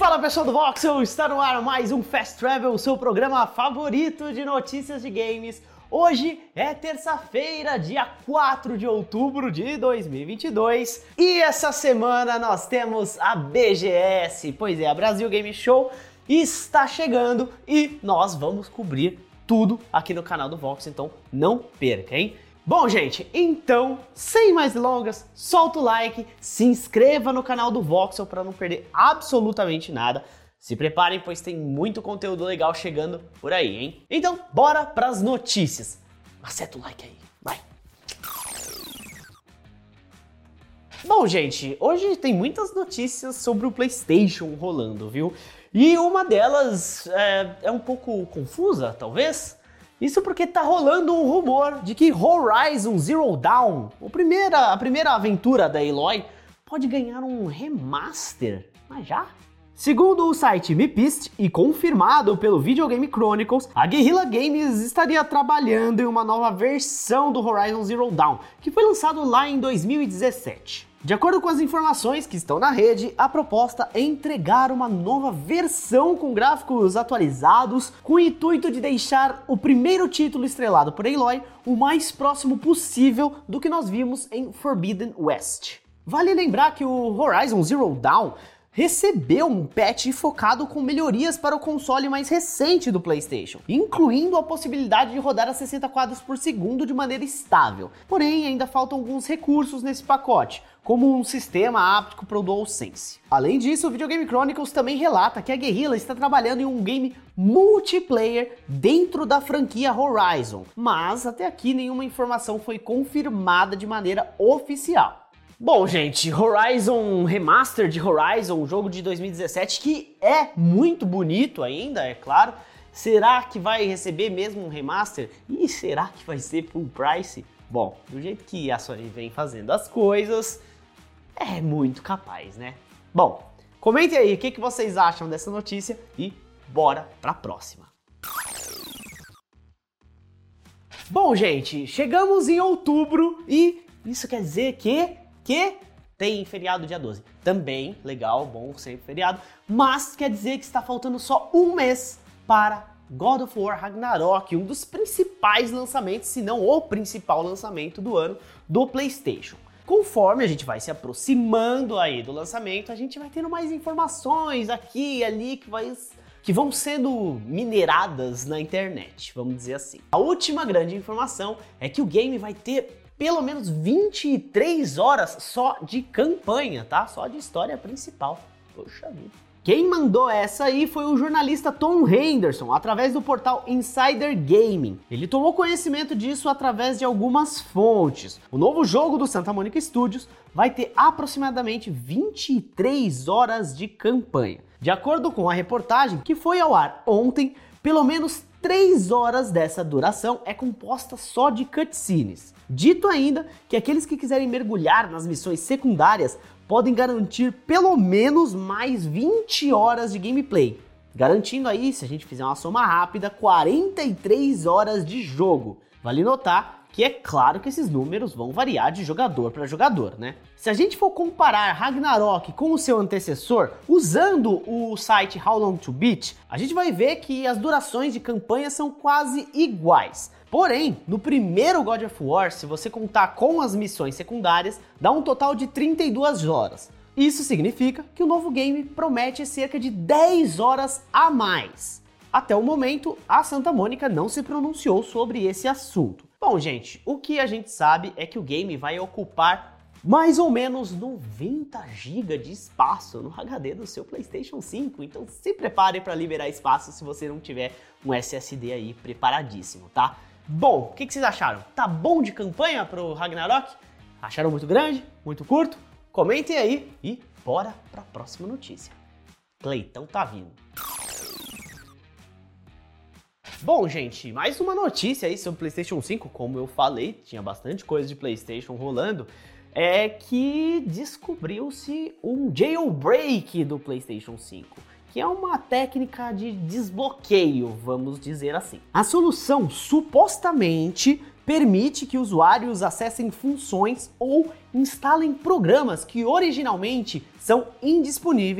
Fala pessoal do Voxel, está no ar mais um Fast Travel, o seu programa favorito de notícias de games. Hoje é terça-feira, dia 4 de outubro de 2022 e essa semana nós temos a BGS, pois é, a Brasil Game Show está chegando e nós vamos cobrir tudo aqui no canal do Voxel, então não perca, hein? Bom, gente, então, sem mais delongas, solta o like, se inscreva no canal do Voxel para não perder absolutamente nada. Se preparem, pois tem muito conteúdo legal chegando por aí, hein? Então, bora pras notícias. Acerta o like aí, vai! Bom, gente, hoje tem muitas notícias sobre o PlayStation rolando, viu? E uma delas é um pouco confusa, talvez. Isso porque tá rolando um rumor de que Horizon Zero Dawn, a primeira aventura da Aloy, pode ganhar um remaster. Mas já? Segundo o site MePist e confirmado pelo Video Game Chronicles, a Guerrilla Games estaria trabalhando em uma nova versão do Horizon Zero Dawn, que foi lançado lá em 2017. De acordo com as informações que estão na rede, a proposta é entregar uma nova versão com gráficos atualizados, com o intuito de deixar o primeiro título estrelado por Aloy o mais próximo possível do que nós vimos em Forbidden West. Vale lembrar que o Horizon Zero Dawn recebeu um patch focado com melhorias para o console mais recente do PlayStation, incluindo a possibilidade de rodar a 60 quadros por segundo de maneira estável. Porém, ainda faltam alguns recursos nesse pacote, como um sistema áptico para o DualSense. Além disso, o Video Game Chronicles também relata que a Guerrilla está trabalhando em um game multiplayer dentro da franquia Horizon, mas até aqui nenhuma informação foi confirmada de maneira oficial. Bom, gente, Horizon Remaster de Horizon, um jogo de 2017 que é muito bonito ainda, é claro. Será que vai receber mesmo um remaster? E será que vai ser full price? Bom, do jeito que a Sony vem fazendo as coisas, é muito capaz, né? Bom, comentem aí o que vocês acham dessa notícia e bora pra próxima. Bom, gente, chegamos em outubro e isso quer dizer que tem feriado dia 12. Também, legal, bom, sempre feriado, mas quer dizer que está faltando só um mês para God of War Ragnarok, um dos principais lançamentos, se não o principal lançamento do ano do PlayStation. Conforme a gente vai se aproximando aí do lançamento, a gente vai tendo mais informações aqui e ali que vão sendo mineradas na internet, vamos dizer assim. A última grande informação é que o game vai ter pelo menos 23 horas só de campanha, tá? Só de história principal. Poxa vida. Quem mandou essa aí foi o jornalista Tom Henderson, através do portal Insider Gaming. Ele tomou conhecimento disso através de algumas fontes. O novo jogo do Santa Monica Studios vai ter aproximadamente 23 horas de campanha. De acordo com a reportagem que foi ao ar ontem, pelo menos 3 horas dessa duração é composta só de cutscenes. Dito ainda que aqueles que quiserem mergulhar nas missões secundárias podem garantir pelo menos mais 20 horas de gameplay, garantindo aí, se a gente fizer uma soma rápida, 43 horas de jogo. Vale notar que é claro que esses números vão variar de jogador para jogador, né? Se a gente for comparar Ragnarok com o seu antecessor, usando o site How Long to Beat, a gente vai ver que as durações de campanha são quase iguais. Porém, no primeiro God of War, se você contar com as missões secundárias, dá um total de 32 horas. Isso significa que o novo game promete cerca de 10 horas a mais. Até o momento, a Santa Mônica não se pronunciou sobre esse assunto. Bom, gente, o que a gente sabe é que o game vai ocupar mais ou menos 90 GB de espaço no HD do seu PlayStation 5, então se prepare para liberar espaço se você não tiver um SSD aí preparadíssimo, tá? Bom, o que vocês acharam? Tá bom de campanha pro Ragnarok? Acharam muito grande? Muito curto? Comentem aí e bora pra próxima notícia. Cleitão tá vindo. Bom, gente, mais uma notícia aí sobre o PlayStation 5, como eu falei, tinha bastante coisa de PlayStation rolando, é que descobriu-se um jailbreak do PlayStation 5, que é uma técnica de desbloqueio, vamos dizer assim. A solução supostamente permite que usuários acessem funções ou instalem programas que originalmente são indisponíveis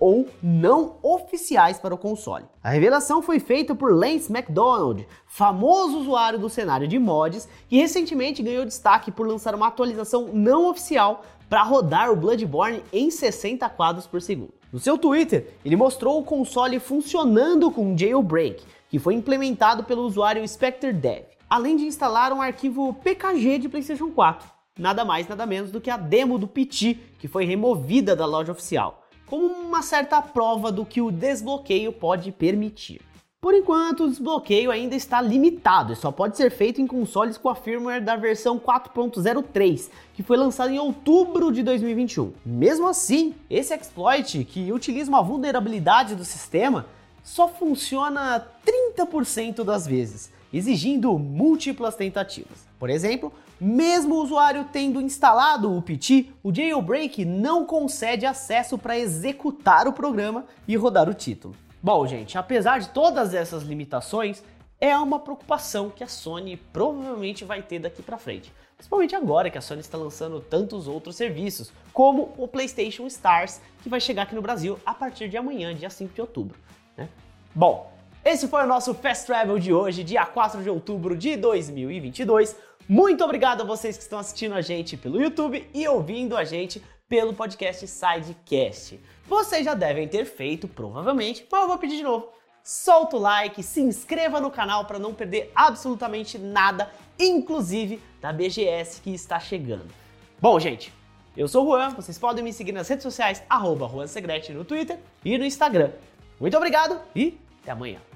ou não oficiais para o console. A revelação foi feita por Lance McDonald, famoso usuário do cenário de mods, que recentemente ganhou destaque por lançar uma atualização não oficial para rodar o Bloodborne em 60 quadros por segundo. No seu Twitter, ele mostrou o console funcionando com um jailbreak, que foi implementado pelo usuário SpectreDev, além de instalar um arquivo PKG de PlayStation 4. Nada mais, nada menos do que a demo do PT, que foi removida da loja oficial, como uma certa prova do que o desbloqueio pode permitir. Por enquanto, o desbloqueio ainda está limitado e só pode ser feito em consoles com a firmware da versão 4.03, que foi lançada em outubro de 2021. Mesmo assim, esse exploit, que utiliza uma vulnerabilidade do sistema, só funciona 30% das vezes, exigindo múltiplas tentativas. Por exemplo, mesmo o usuário tendo instalado o PT, o jailbreak não concede acesso para executar o programa e rodar o título. Bom, gente, apesar de todas essas limitações, é uma preocupação que a Sony provavelmente vai ter daqui para frente. Principalmente agora que a Sony está lançando tantos outros serviços, como o PlayStation Stars, que vai chegar aqui no Brasil a partir de amanhã, dia 5 de outubro. Bom, esse foi o nosso Fast Travel de hoje, dia 4 de outubro de 2022. Muito obrigado a vocês que estão assistindo a gente pelo YouTube e ouvindo a gente pelo podcast Sidecast. Vocês já devem ter feito, provavelmente, mas eu vou pedir de novo. Solta o like, se inscreva no canal para não perder absolutamente nada, inclusive da BGS que está chegando. Bom, gente, eu sou o Juan, vocês podem me seguir nas redes sociais, @JuanSegrete no Twitter e no Instagram. Muito obrigado e até amanhã.